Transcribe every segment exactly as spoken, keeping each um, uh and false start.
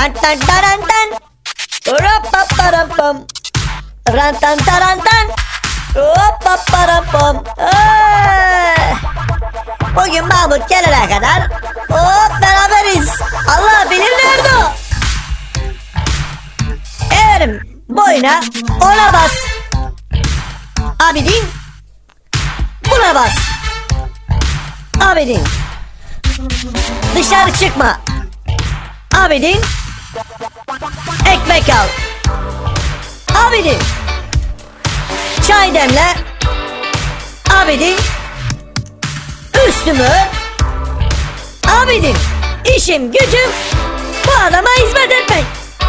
Tan tan taran tan. Rapaparampam. Ran tan taran tan. Rapaparampam. Bugün Mahmut gelene kadar hop beraberiz. Allah bilir nerede o. Efendim boyuna ona bas. Abidin buna bas. Abidin dışarı çıkma. Abidin ekmek al. Abidin çay demle. Abidin üstümü. Abidin işim gücüm bu adama hizmet etmek.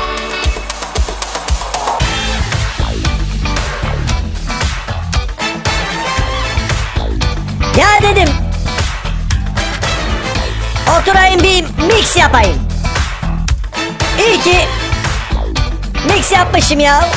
Ya dedim oturayım bir mix yapayım. İyi ki mix yapmışım ya.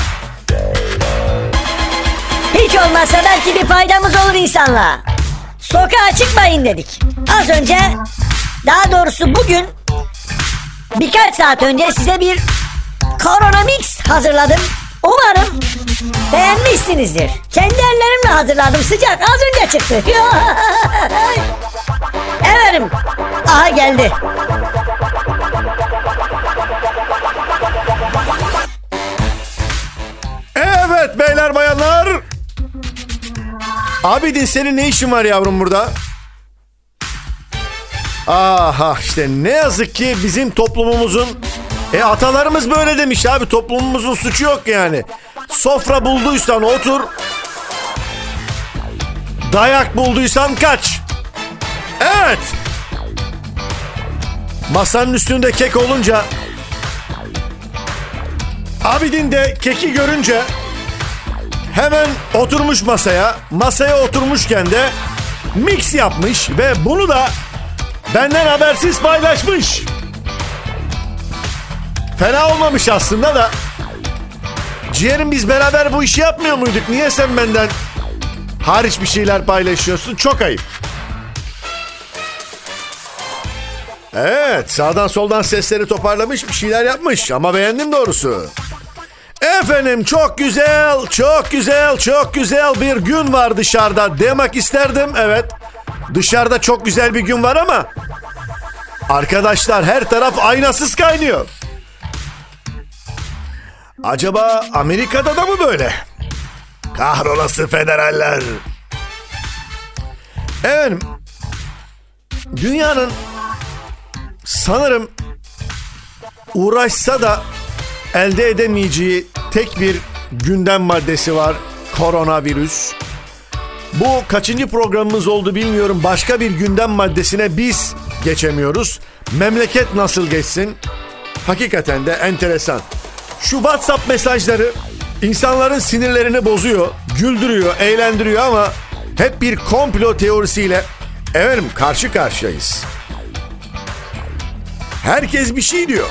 Hiç olmazsa belki bir faydamız olur insanlığa. Sokağa çıkmayın dedik. Az önce, daha doğrusu bugün birkaç saat önce size bir Korona Mix hazırladım. Umarım beğenmişsinizdir. Kendi ellerimle hazırladım, sıcak, az önce çıktı. Efendim, aha geldi. Evet beyler bayanlar. Abidin senin ne işin var yavrum burada? Aha işte ne yazık ki bizim toplumumuzun, e atalarımız böyle demiş abi, toplumumuzun suçu yok yani. Sofra bulduysan otur, dayak bulduysan kaç. Evet. Masanın üstünde kek olunca, Abidin de keki görünce hemen oturmuş masaya. Masaya oturmuşken de mix yapmış ve bunu da benden habersiz paylaşmış. Fena olmamış aslında da. Ciğerim, biz beraber bu işi yapmıyor muyduk? Niye sen benden hariç bir şeyler paylaşıyorsun? Çok ayıp. Evet, sağdan soldan sesleri toparlamış, bir şeyler yapmış ama beğendim doğrusu. Efendim çok güzel, çok güzel, çok güzel bir gün var dışarıda demek isterdim. Evet, dışarıda çok güzel bir gün var ama arkadaşlar her taraf aynasız kaynıyor. Acaba Amerika'da da mı böyle? Kahrolası federaller. Efendim, dünyanın sanırım uğraşsa da elde edemeyeceği tek bir gündem maddesi var: koronavirüs. Bu kaçıncı programımız oldu bilmiyorum. Başka bir gündem maddesine biz geçemiyoruz. Memleket nasıl geçsin? Hakikaten de enteresan. Şu WhatsApp mesajları insanların sinirlerini bozuyor, güldürüyor, eğlendiriyor ama hep bir komplo teorisiyle efendim karşı karşıyayız. Herkes bir şey diyor.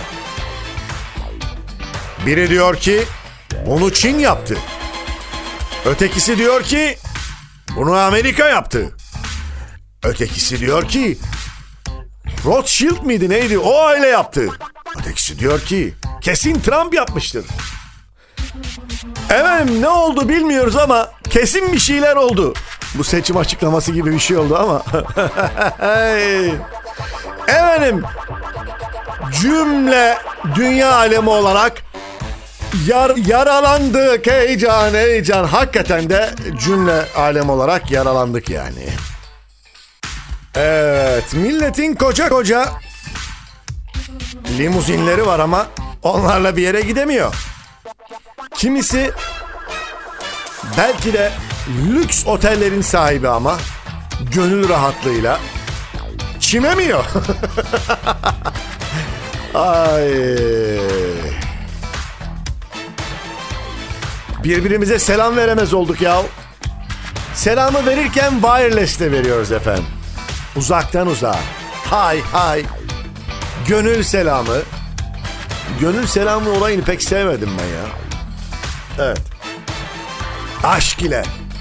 Biri diyor ki bunu Çin yaptı. Ötekisi diyor ki bunu Amerika yaptı. Ötekisi diyor ki Rothschild miydi neydi, o öyle yaptı. Ötekisi diyor ki kesin Trump yapmıştır. Efendim ne oldu bilmiyoruz ama kesin bir şeyler oldu. Bu seçim açıklaması gibi bir şey oldu ama. Efendim cümle dünya alemi olarak yar, yaralandık, heyecan heyecan. Hakikaten de cümle alem olarak yaralandık yani. Evet, milletin koca koca limuzinleri var ama onlarla bir yere gidemiyor. Kimisi belki de lüks otellerin sahibi ama gönül rahatlığıyla çimemiyor. Ay. Birbirimize selam veremez olduk ya. Selamı verirken wireless de veriyoruz efendim. Uzaktan uzağa. Hay hay. Gönül selamı. Gönül selamı olayını pek sevmedim ben ya. Evet. Aşk ile.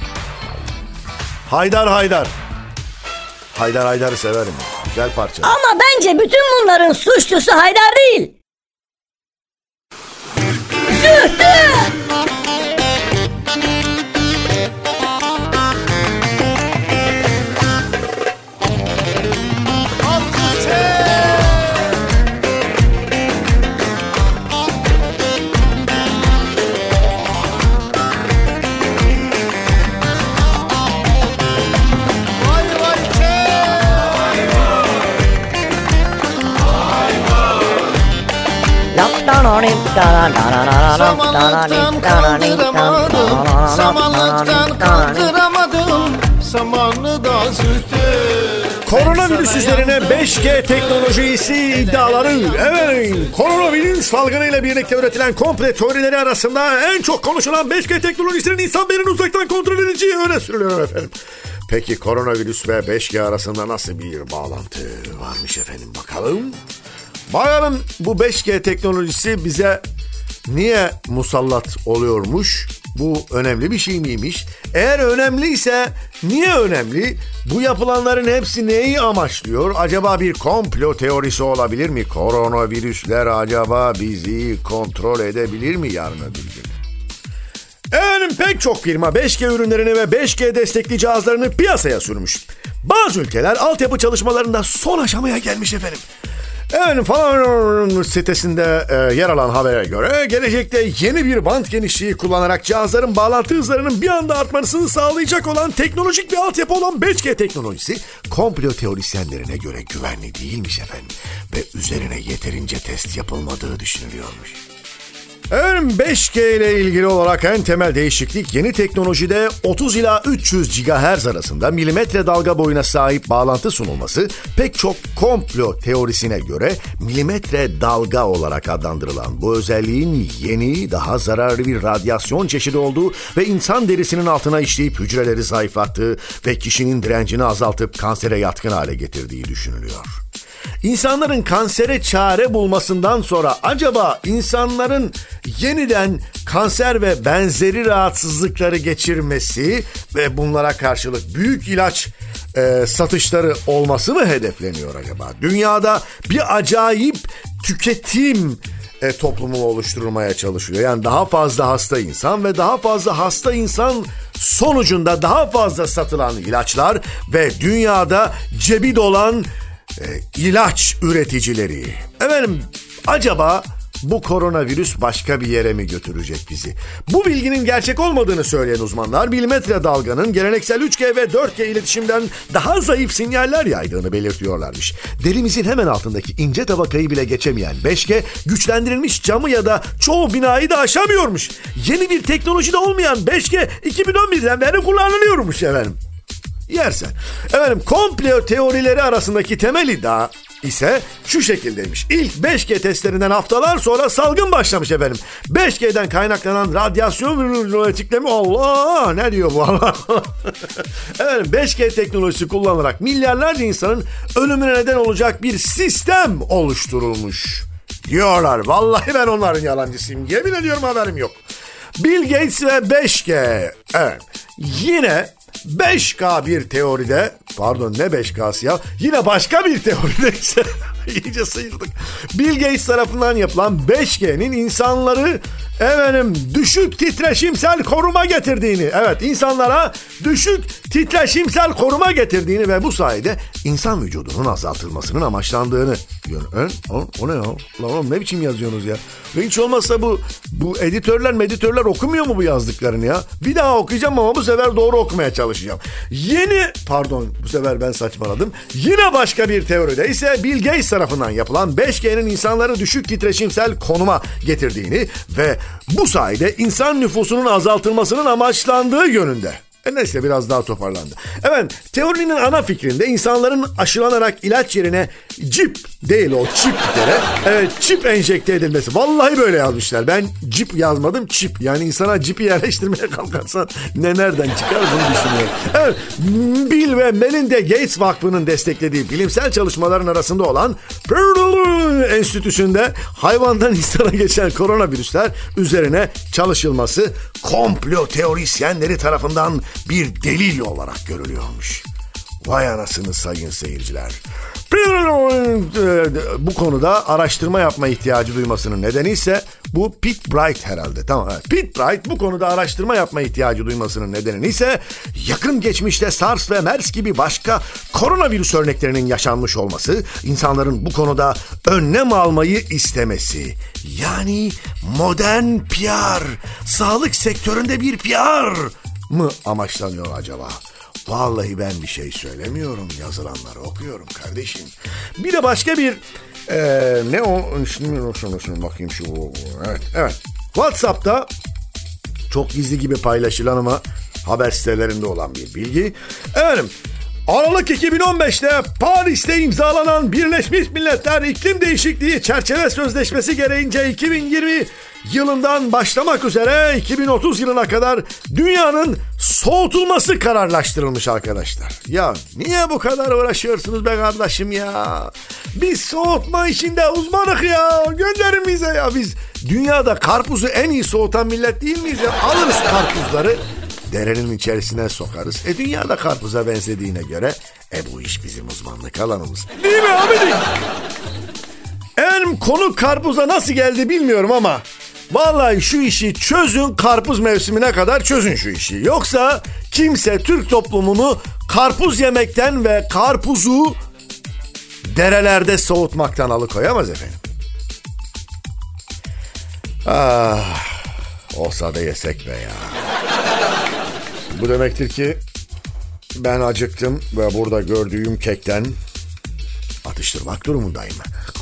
Haydar Haydar. Haydar Haydar'ı severim. Güzel parça. Ama bence bütün bunların suçlusu Haydar değil. Samanlıktan kaldıramadım, samanlıktan kaldıramadım, samanlı da zühtü. Koronavirüs üzerine beş G teknolojisi iddiaları. Evet, koronavirüs salgınıyla birlikte üretilen komple teorileri arasında en çok konuşulan beş G teknolojisinin insan beynini uzaktan kontrol edeceği öne sürülüyor efendim. Peki koronavirüs ve beş G arasında nasıl bir bağlantı varmış efendim, bakalım. Bakalım bu beş G teknolojisi bize niye musallat oluyormuş? Bu önemli bir şey miymiş? Eğer önemliyse niye önemli? Bu yapılanların hepsi neyi amaçlıyor? Acaba bir komplo teorisi olabilir mi? Koronavirüsler acaba bizi kontrol edebilir mi yarın öbür gün? Efendim, pek çok firma beş G ürünlerini ve beş G destekli cihazlarını piyasaya sürmüş. Bazı ülkeler altyapı çalışmalarında son aşamaya gelmiş efendim. Efendim falan sitesinde e, yer alan habere göre gelecekte yeni bir bant genişliği kullanarak cihazların bağlantı hızlarının bir anda artmasını sağlayacak olan teknolojik bir altyapı olan beş G teknolojisi komplo teorisyenlerine göre güvenli değilmiş efendim ve üzerine yeterince test yapılmadığı düşünülüyormuş. Efendim, beş G ile ilgili olarak en temel değişiklik yeni teknolojide otuz ila üç yüz gigahertz arasında milimetre dalga boyuna sahip bağlantı sunulması, pek çok komplo teorisine göre milimetre dalga olarak adlandırılan bu özelliğin yeni, daha zararlı bir radyasyon çeşidi olduğu ve insan derisinin altına işleyip hücreleri zayıflattığı ve kişinin direncini azaltıp kansere yatkın hale getirdiği düşünülüyor. İnsanların kansere çare bulmasından sonra acaba insanların yeniden kanser ve benzeri rahatsızlıkları geçirmesi ve bunlara karşılık büyük ilaç e, satışları olması mı hedefleniyor acaba? Dünyada bir acayip tüketim e, toplumu oluşturulmaya çalışıyor. Yani daha fazla hasta insan ve daha fazla hasta insan sonucunda daha fazla satılan ilaçlar ve dünyada cebi dolan E, ilaç üreticileri. Efendim, acaba bu koronavirüs başka bir yere mi götürecek bizi? Bu bilginin gerçek olmadığını söyleyen uzmanlar, milimetre dalganın geleneksel üç G ve dört G iletişimden daha zayıf sinyaller yaydığını belirtiyorlarmış. Derimizin hemen altındaki ince tabakayı bile geçemeyen beş G, güçlendirilmiş camı ya da çoğu binayı da aşamıyormuş. Yeni bir teknolojide olmayan beş G iki bin on birden beri kullanılıyormuş efendim. Yersen. Efendim, komplo teorileri arasındaki temel iddia ise şu şekildeymiş. İlk beş G testlerinden haftalar sonra salgın başlamış efendim. beş G'den kaynaklanan radyasyon etiklemi, Allah ne diyor bu Allah. Efendim, beş G teknolojisi kullanarak milyarlarca insanın ölümüne neden olacak bir sistem oluşturulmuş diyorlar. Vallahi ben onların yalancısıyım. Yemin ediyorum, haberim yok. Bill Gates ve beş G. Evet. Yine beş K bir teoride, pardon ne beş K'sı ya, yine başka bir teoride ise iyice sıyırdık. Bill Gates tarafından yapılan beş G'nin insanları efendim düşük titreşimsel koruma getirdiğini, evet insanlara düşük titreşimsel koruma getirdiğini ve bu sayede insan vücudunun azaltılmasının amaçlandığını. Yani, o, o ne ya? Lan oğlum, ne biçim yazıyorsunuz ya? Ve hiç olmazsa bu bu editörler meditörler okumuyor mu bu yazdıklarını ya? Bir daha okuyacağım ama bu sefer doğru okumaya çalışacağım. Yeni, pardon bu sefer ben saçmaladım. Yine başka bir teoride ise Bill Gates tarafından yapılan beş G'nin insanları düşük titreşimsel konuma getirdiğini ve bu sayede insan nüfusunun azaltılmasının amaçlandığı yönünde. E neyse, biraz daha toparlandı. Evet, teorinin ana fikrinde insanların aşılanarak ilaç yerine cip değil o çip bir kere. Evet, çip enjekte edilmesi. Vallahi böyle yazmışlar. Ben cip yazmadım, çip. Yani insana cipi yerleştirmeye kalkarsan ne nereden çıkar bunu düşünüyorum. Evet, Bill ve Melinda Gates Vakfı'nın desteklediği bilimsel çalışmaların arasında olan Purdue Enstitüsü'nde hayvandan insana geçen koronavirüsler üzerine çalışılması komplo teorisyenleri tarafından bir delil olarak görülüyormuş. Vay anasını sayın seyirciler. Bu konuda araştırma yapma ihtiyacı duymasının nedeni ise bu Pete Bright herhalde. Tamam, evet. Pete Bright bu konuda araştırma yapma ihtiyacı duymasının nedeni ise yakın geçmişte SARS ve MERS gibi başka koronavirüs örneklerinin yaşanmış olması, insanların bu konuda önlem almayı istemesi. Yani modern P R, sağlık sektöründe bir P R mı amaçlanıyor acaba? Vallahi ben bir şey söylemiyorum, yazılanları okuyorum kardeşim. Bir de başka bir Ee, ne o? Şimdi şunu, şunu bakayım şu. Evet, evet. WhatsApp'ta çok gizli gibi paylaşılan ama haber sitelerinde olan bir bilgi. Efendim, Aralık iki bin on beşte Paris'te imzalanan Birleşmiş Milletler İklim Değişikliği Çerçeve Sözleşmesi gereğince iki bin yirmi yılından başlamak üzere iki bin otuz yılına kadar dünyanın soğutulması kararlaştırılmış arkadaşlar. Ya niye bu kadar uğraşıyorsunuz be kardeşim ya? Biz soğutma işinde uzmanık ya. Gönderin bize ya. Biz dünyada karpuzu en iyi soğutan millet değil miyiz ya? Alırız karpuzları, derenin içerisine sokarız. E dünyada karpuza benzediğine göre e bu iş bizim uzmanlık alanımız. Değil mi abi? En konu karpuza nasıl geldi bilmiyorum ama vallahi şu işi çözün, karpuz mevsimine kadar çözün şu işi. Yoksa kimse Türk toplumunu karpuz yemekten ve karpuzu derelerde soğutmaktan alıkoyamaz efendim. Ah, olsa da yesek be ya. Bu demektir ki ben acıktım ve burada gördüğüm kekten atıştırmak durumundayım.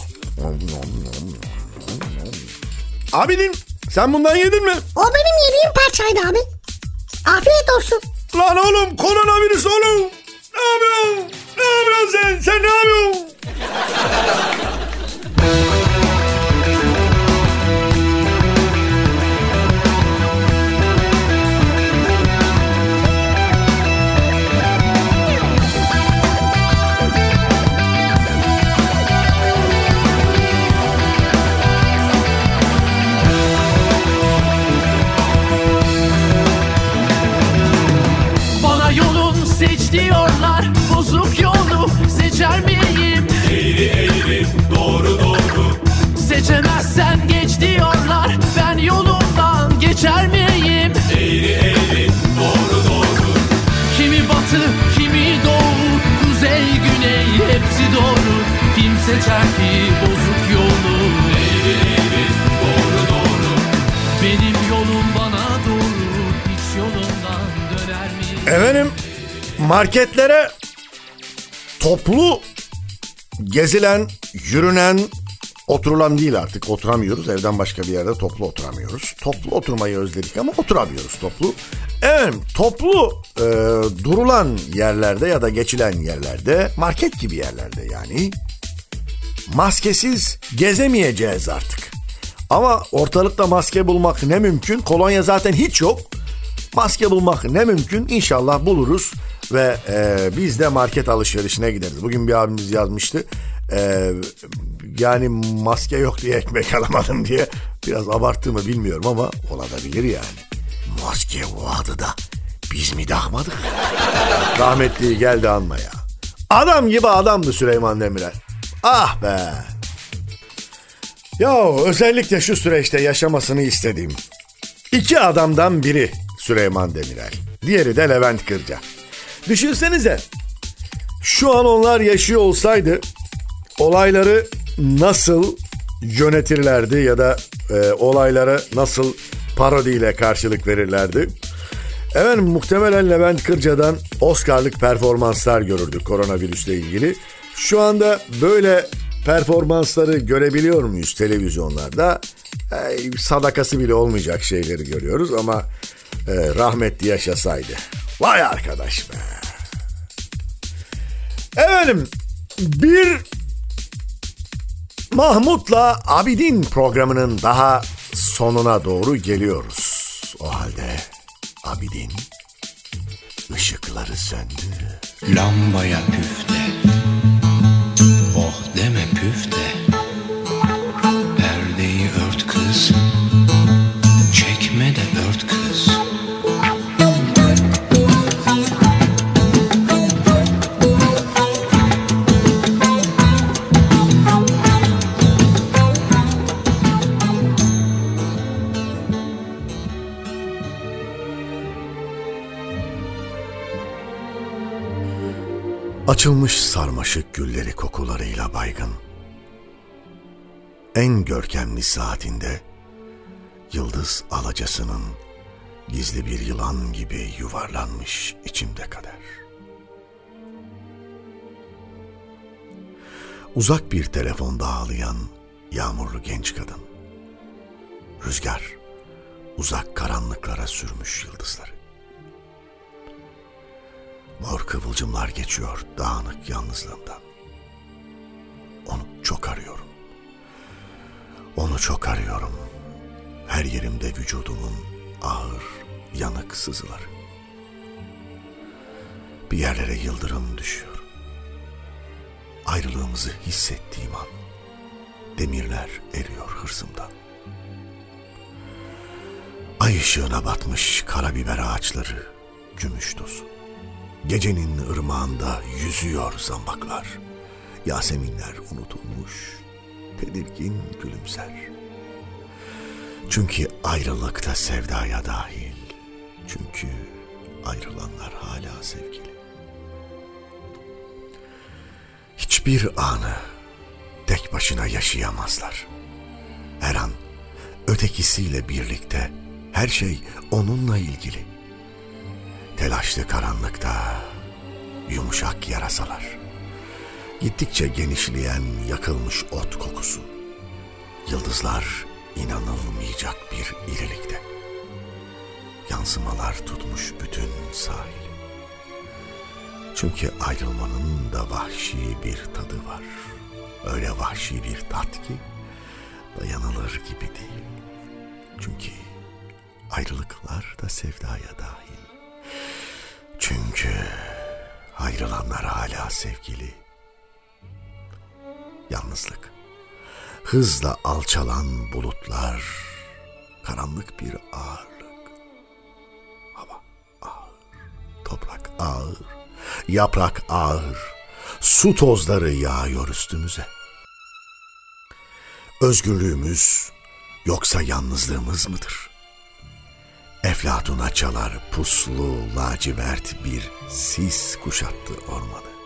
Abinin sen bundan yedin mi? O benim yediğim parçaydı abi. Afiyet olsun. Lan oğlum, koronavirüs oğlum. Ne yapıyorsun? Ne yapıyorsun sen? Sen ne yapıyorsun? Seç diyorlar, bozuk yolu seçer miyim? Eğri eğri, doğru doğru. Seçemezsen geç diyorlar, ben yolumdan geçer miyim? Eğri eğri, doğru doğru. Kimi batı, kimi doğu, kuzey güney hepsi doğru. Kim seçer ki bozuk yolu? Eğri eğri, doğru doğru. Benim yolum bana doğru, hiç yolumdan döner miyim? Efendim, marketlere toplu gezilen, yürünen, oturulan değil artık. Oturamıyoruz. Evden başka bir yerde toplu oturamıyoruz. Toplu oturmayı özledik ama oturamıyoruz toplu. Evet, toplu e, durulan yerlerde ya da geçilen yerlerde, market gibi yerlerde yani maskesiz gezemeyeceğiz artık. Ama ortalıkta maske bulmak ne mümkün? Kolonya zaten hiç yok. Maske bulmak ne mümkün? İnşallah buluruz ve e, biz de market alışverişine gideriz. Bugün bir abimiz yazmıştı. E, yani maske yok diye ekmek alamadım diye. Biraz abarttığımı bilmiyorum ama olabilir yani. Maske vardı da biz mi takmadık? Rahmetli geldi anmaya. Adam gibi adamdı Süleyman Demirel. Ah be. Ya özellikle şu süreçte yaşamasını istediğim İki adamdan biri Süleyman Demirel. Diğeri de Levent Kırca. Düşünsenize, şu an onlar yaşıyor olsaydı olayları nasıl yönetirlerdi ya da e, olaylara nasıl parodiyle karşılık verirlerdi. Evet, muhtemelen Levent Kırca'dan Oscar'lık performanslar görürdük koronavirüsle ilgili. Şu anda böyle performansları görebiliyor muyuz televizyonlarda? E, sadakası bile olmayacak şeyleri görüyoruz ama e, rahmetli yaşasaydı. Vay arkadaş be. Efendim, bir Mahmut'la Abidin programının daha sonuna doğru geliyoruz. O halde Abidin, ışıkları söndü. Lambaya püfte, oh deme püfte. Perdeyi ört kız, çekme de ört kız. Açılmış sarmaşık gülleri kokularıyla baygın. En görkemli saatinde yıldız alacasının gizli bir yılan gibi yuvarlanmış içimde kader. Uzak bir telefonda ağlayan yağmurlu genç kadın. Rüzgar uzak karanlıklara sürmüş yıldızları. Mor kıvılcımlar geçiyor dağınık yalnızlığımdan. Onu çok arıyorum. Onu çok arıyorum. Her yerimde vücudumun ağır, yanık sızıları. Bir yerlere yıldırım düşüyor. Ayrılığımızı hissettiğim an demirler eriyor hırsımdan. Ay ışığına batmış karabiber ağaçları, gümüş tozu. Gecenin ırmağında yüzüyor zambaklar. Yaseminler unutulmuş, tedirgin gülümser. Çünkü ayrılıkta sevdaya dahil. Çünkü ayrılanlar hala sevgili. Hiçbir anı tek başına yaşayamazlar. Her an ötekisiyle birlikte, her şey onunla ilgili. Telaşlı karanlıkta yumuşak yarasalar. Gittikçe genişleyen yakılmış ot kokusu. Yıldızlar inanılmayacak bir irilikte. Yansımalar tutmuş bütün sahili. Çünkü ayrılmanın da vahşi bir tadı var. Öyle vahşi bir tat ki dayanılır gibi değil. Çünkü ayrılıklar da sevdaya dahil. Çünkü ayrılanlar hala sevgili. Yalnızlık, hızla alçalan bulutlar, karanlık bir ağırlık. Hava ağır, toprak ağır, yaprak ağır, su tozları yağıyor üstümüze. Özgürlüğümüz yoksa yalnızlığımız mıdır? Eflatuna çalar puslu lacivert bir sis kuşattı ormanı.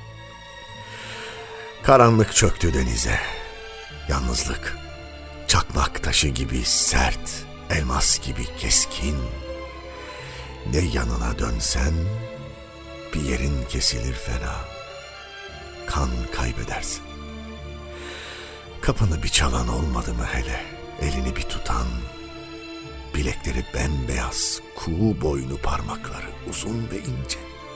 Karanlık çöktü denize. Yalnızlık çakmak taşı gibi sert, elmas gibi keskin. Ne yanına dönsen bir yerin kesilir fena. Kan kaybedersin. Kapını bir çalan olmadı mı hele? Elini bir tutan, bilekleri bembeyaz, kuğu boynu parmakları uzun ve ince.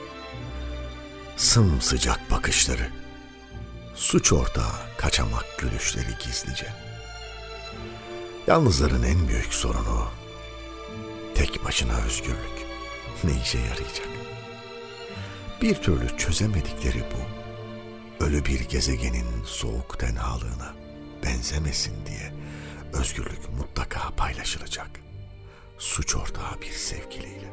Sımsıcak bakışları, suç ortağı kaçamak gülüşleri gizlice. Yalnızların en büyük sorunu tek başına özgürlük. Ne işe yarayacak? Bir türlü çözemedikleri bu. Ölü bir gezegenin soğuk tenhalığına benzemesin diye özgürlük mutlaka paylaşılacak. Suç ortağı bir sevgiliyle.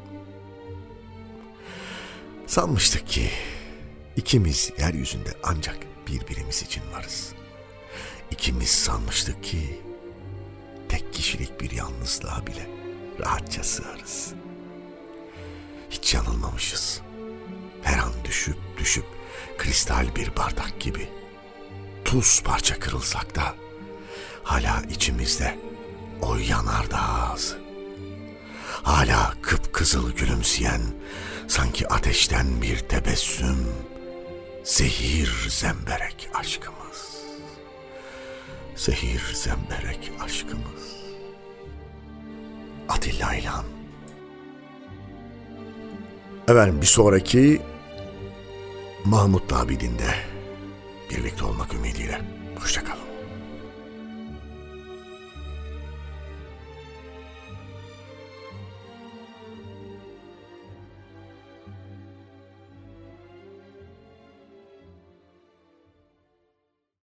Sanmıştık ki ikimiz yeryüzünde ancak birbirimiz için varız. İkimiz sanmıştık ki tek kişilik bir yalnızlığa bile rahatça sığarız. Hiç yanılmamışız. Her an düşüp düşüp kristal bir bardak gibi tuz parça kırılsak da hala içimizde o yanardağ ağzı. Hala kıpkızıl gülümseyen sanki ateşten bir tebessüm, zehir zemberek aşkımız. Zehir zemberek aşkımız. Atilla İlhan. Efendim bir sonraki Mahmut Abidin'de birlikte olmak ümidiyle. Hoşça kalın.